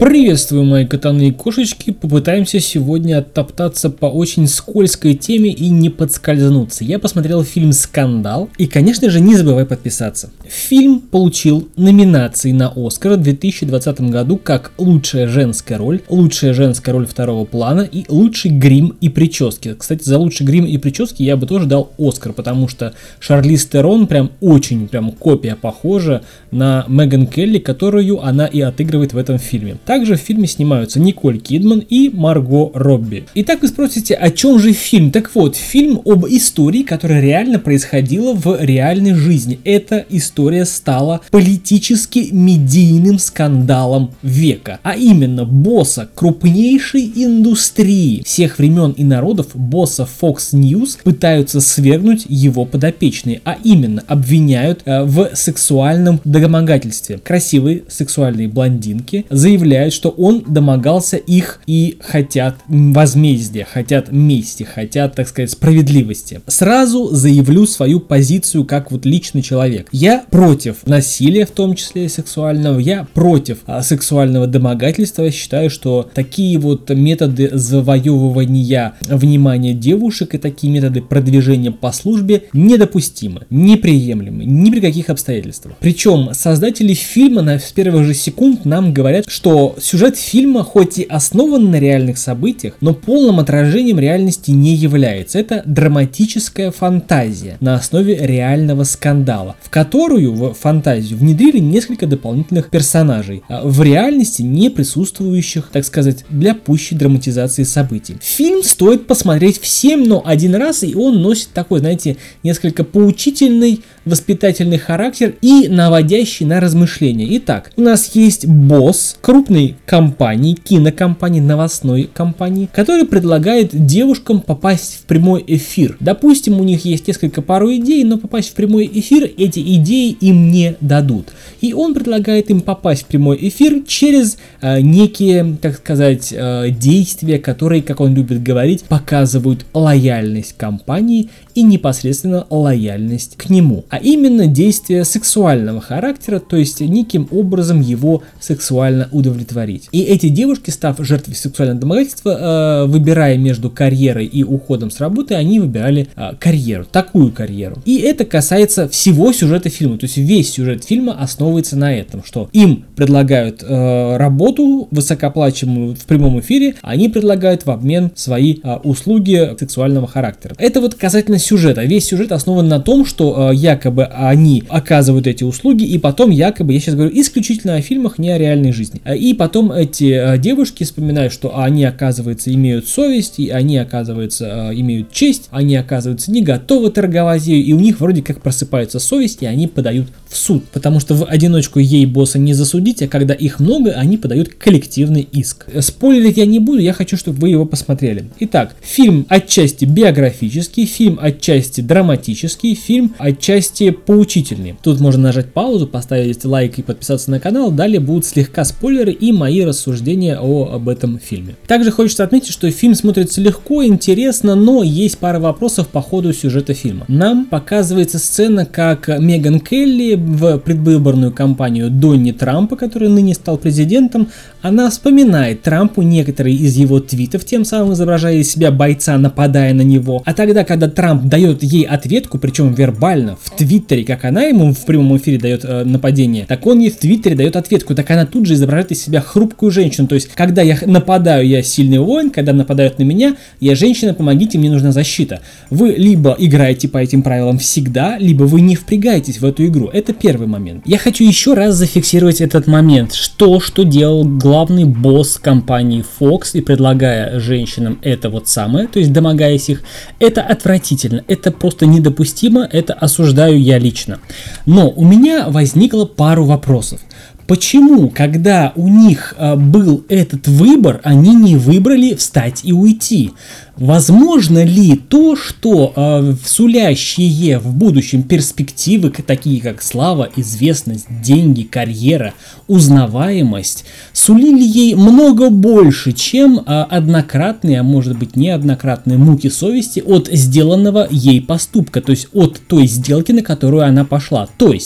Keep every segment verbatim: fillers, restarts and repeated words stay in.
Приветствую, мои котаны и кошечки. Попытаемся сегодня оттоптаться по очень скользкой теме и не подскользнуться. Я посмотрел фильм «Скандал». И, конечно же, не забывай подписаться. Фильм получил номинации на Оскар в две тысячи двадцатом году как лучшая женская роль, лучшая женская роль второго плана и лучший грим и прически. Кстати, за лучший грим и прически я бы тоже дал Оскар, потому что Шарлиз Терон прям очень прям копия похожа на Меган Келли, которую она и отыгрывает в этом фильме. Также в фильме снимаются Николь Кидман и Марго Робби. Итак, вы спросите, о чем же фильм? Так вот, фильм об истории, которая реально происходила в реальной жизни. Эта история стала политически медийным скандалом века. А именно, босса крупнейшей индустрии всех времен и народов, босса Fox News, пытаются свергнуть его подопечные. А именно, обвиняют э, в сексуальном домогательстве. Красивые сексуальные блондинки заявляют, что он домогался их и хотят возмездия, хотят мести, хотят, так сказать, справедливости. Сразу заявлю свою позицию как вот личный человек. Я против насилия, в том числе и сексуального, я против а, сексуального домогательства. Я считаю, что такие вот методы завоевывания внимания девушек и такие методы продвижения по службе недопустимы, неприемлемы, ни при каких обстоятельствах. Причем создатели фильма на, с первых же секунд нам говорят, что сюжет фильма хоть и основан на реальных событиях, но полным отражением реальности не является. Это драматическая фантазия на основе реального скандала, в которую, в фантазию, внедрили несколько дополнительных персонажей, в реальности не присутствующих, так сказать, для пущей драматизации событий. Фильм стоит посмотреть всем, но один раз, и он носит такой, знаете, несколько поучительный, воспитательный характер и наводящий на размышления. Итак, у нас есть босс крупной компании, кинокомпании, новостной компании, который предлагает девушкам попасть в прямой эфир. Допустим, у них есть несколько пару идей, но попасть в прямой эфир эти идеи им не дадут. И он предлагает им попасть в прямой эфир через э, некие, так сказать, э, действия, которые, как он любит говорить, показывают лояльность компании и непосредственно лояльность к нему. А именно действия сексуального характера, то есть неким образом его сексуально удовлетворить. И эти девушки, став жертвой сексуального домогательства, э, выбирая между карьерой и уходом с работы, они выбирали э, карьеру, такую карьеру. И это касается всего сюжета фильма, то есть весь сюжет фильма основывается на этом, что им предлагают э, работу высокооплачиваемую в прямом эфире, они предлагают в обмен свои э, услуги сексуального характера. Это вот касательно сюжета. Весь сюжет основан на том, что э, якобы они оказывают эти услуги, и потом якобы, я сейчас говорю исключительно о фильмах, не о реальной жизни. И потом эти э, девушки вспоминают, что они, оказывается, имеют совесть, и они, оказывается, э, имеют честь, они, оказывается, не готовы торговать ею, и у них вроде как просыпается совесть, и они подают в суд. Потому что в одиночку ей босса не засудить, а когда их много, они подают коллективный иск. Спойлерить я не буду, я хочу, чтобы вы его посмотрели. Итак, фильм отчасти биографический, фильм отчасти драматический, фильм отчасти поучительный. Тут можно нажать паузу, поставить лайк и подписаться на канал, далее будут слегка спойлеры и мои рассуждения о, об этом фильме. Также хочется отметить, что фильм смотрится легко, интересно, но есть пара вопросов по ходу сюжета фильма. Нам показывается сцена, как Меган Келли в предвыборную кампанию Донни Трампа, который ныне стал президентом, она вспоминает Трампу некоторые из его твитов, тем самым изображая из себя бойца, нападая на него. А тогда, когда Трамп дает ей ответку, причем вербально, в Твиттере, как она ему в прямом эфире дает э, нападение, так он ей в Твиттере дает ответку, так она тут же изображает из себя хрупкую женщину. То есть, когда я нападаю, я сильный воин, когда нападают на меня, я женщина, помогите, мне нужна защита. Вы либо играете по этим правилам всегда, либо вы не впрягаетесь в эту игру. Это первый момент. Я хочу еще раз зафиксировать этот момент. Что, что делал главный босс компании Fox, и предлагая женщинам это вот самое, то есть домогаясь их, это отвратительно, это просто недопустимо, это осуждаю я лично. Но у меня возникло пару вопросов. Почему, когда у них э, был этот выбор, они не выбрали встать и уйти? Возможно ли то, что э, сулящие в будущем перспективы, такие как слава, известность, деньги, карьера, узнаваемость, сулили ей много больше, чем э, однократные, а может быть неоднократные муки совести от сделанного ей поступка, то есть от той сделки, на которую она пошла. То есть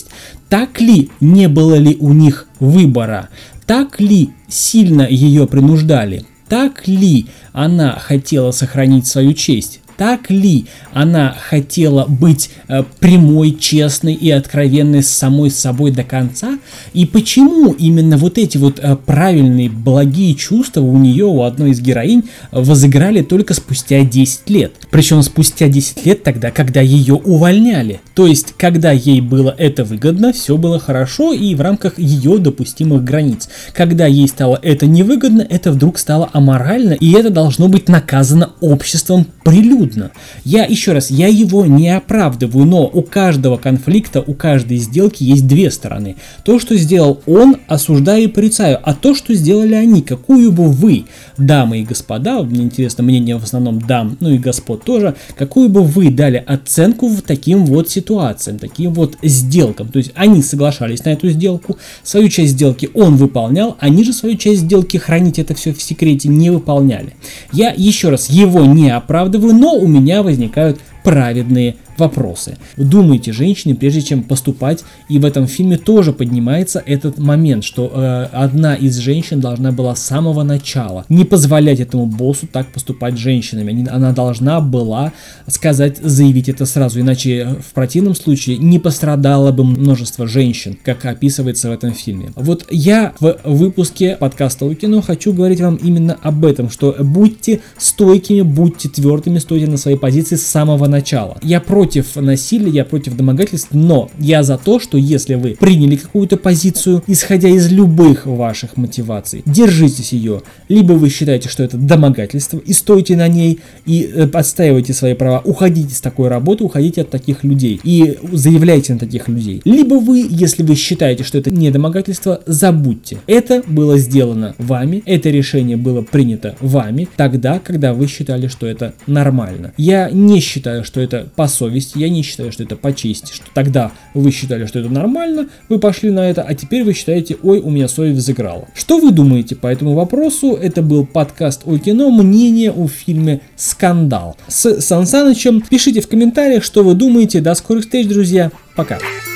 Так ли, не было ли у них выбора? Так ли сильно ее принуждали? Так ли она хотела сохранить свою честь? Так ли она хотела быть э, прямой, честной и откровенной с самой собой до конца? И почему именно вот эти вот э, правильные, благие чувства у нее, у одной из героинь, возыграли только спустя десять лет? Причем спустя десять лет тогда, когда ее увольняли. То есть, когда ей было это выгодно, все было хорошо и в рамках ее допустимых границ. Когда ей стало это невыгодно, это вдруг стало аморально, и это должно быть наказано обществом прилюдно. Я еще раз, я его не оправдываю, но у каждого конфликта, у каждой сделки есть две стороны. То, что сделал он, осуждаю и порицаю, а то, что сделали они, какую бы вы, дамы и господа, мне интересно мнение в основном дам, ну и господ тоже, какую бы вы дали оценку в таким вот ситуациям, таким вот сделкам. То есть они соглашались на эту сделку, свою часть сделки он выполнял, они же свою часть сделки, хранить это все в секрете, не выполняли. Я еще раз его не оправдываю, но у меня возникают праведные вопросы. Думайте, женщины, прежде чем поступать, и в этом фильме тоже поднимается этот момент, что э, одна из женщин должна была с самого начала не позволять этому боссу так поступать с женщинами. Она должна была сказать, заявить это сразу, иначе в противном случае не пострадало бы множество женщин, как описывается в этом фильме. Вот я в выпуске подкаста «О кино» хочу говорить вам именно об этом, что будьте стойкими, будьте твердыми, стойте на своей позиции с самого начала. Я против против насилия, я против домогательств, но я за то, что если вы приняли какую-то позицию, исходя из любых ваших мотиваций, держитесь ее. Либо вы считаете, что это домогательство, и стойте на ней, и э, отстаивайте свои права, уходите с такой работы, уходите от таких людей, и заявляйте на таких людей. Либо вы, если вы считаете, что это не домогательство, забудьте. Это было сделано вами, это решение было принято вами тогда, когда вы считали, что это нормально. Я не считаю, что это по совести, я не считаю, что это по чести, что тогда вы считали, что это нормально, вы пошли на это, а теперь вы считаете, ой, у меня совесть взыграла. Что вы думаете по этому вопросу? Это был подкаст «О кино», мнение о фильме «Скандал» с Сан Санычем. Пишите в комментариях, что вы думаете. До скорых встреч, друзья. Пока.